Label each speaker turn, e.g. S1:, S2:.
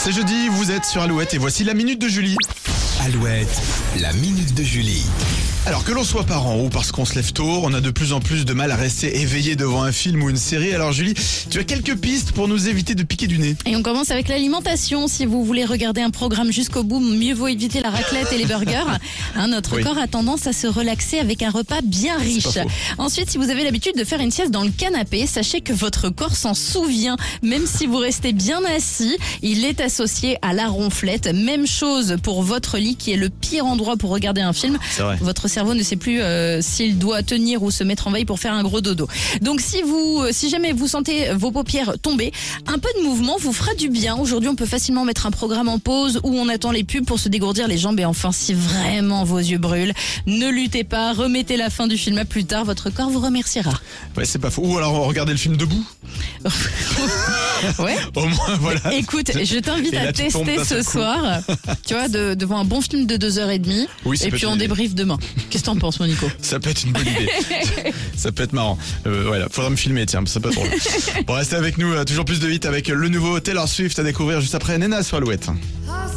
S1: C'est jeudi, vous êtes sur Alouette et voici la Minute de Julie.
S2: Alouette, la Minute de Julie.
S1: Alors que l'on soit parent ou parce qu'on se lève tôt, on a de plus en plus de mal à rester éveillé devant un film ou une série. Alors Julie, tu as quelques pistes pour nous éviter de piquer du nez.
S3: Et on commence avec l'alimentation. Si vous voulez regarder un programme jusqu'au bout, mieux vaut éviter la raclette et les burgers. Notre corps a tendance à se relaxer avec un repas bien riche. Ensuite, si vous avez l'habitude de faire une sieste dans le canapé, sachez que votre corps s'en souvient. Même si vous restez bien assis, il est associé à la ronflette. Même chose pour votre lit qui est le pire endroit pour regarder un film.
S1: C'est vrai.
S3: Votre cerveau ne sait plus s'il doit tenir ou se mettre en veille pour faire un gros dodo. Donc si jamais vous sentez vos paupières tomber, un peu de mouvement vous fera du bien. Aujourd'hui, on peut facilement mettre un programme en pause où on attend les pubs pour se dégourdir les jambes. Et enfin, si vraiment vos yeux brûlent, ne luttez pas, remettez la fin du film à plus tard, votre corps vous remerciera.
S1: Ouais, c'est pas faux. Ou alors regardez le film debout.
S3: Ouais.
S1: Au moins, voilà.
S3: Écoute, je t'invite
S1: Et là,
S3: à
S1: tu tombes
S3: tester
S1: d'un
S3: ce
S1: seul coup.
S3: soir, tu vois, devant un bon film de 2h30.
S1: Oui, ça
S3: et
S1: peut
S3: puis
S1: être
S3: on
S1: une idée.
S3: débriefe demain. Qu'est-ce que t'en penses, mon Nico?
S1: Ça peut être une bonne idée. Ça peut être marrant. Voilà, faudra me filmer, tiens, ça peut être drôle. Bon, restez avec nous, toujours plus de hits avec le nouveau Taylor Swift à découvrir juste après Nena sur Alouette.
S4: I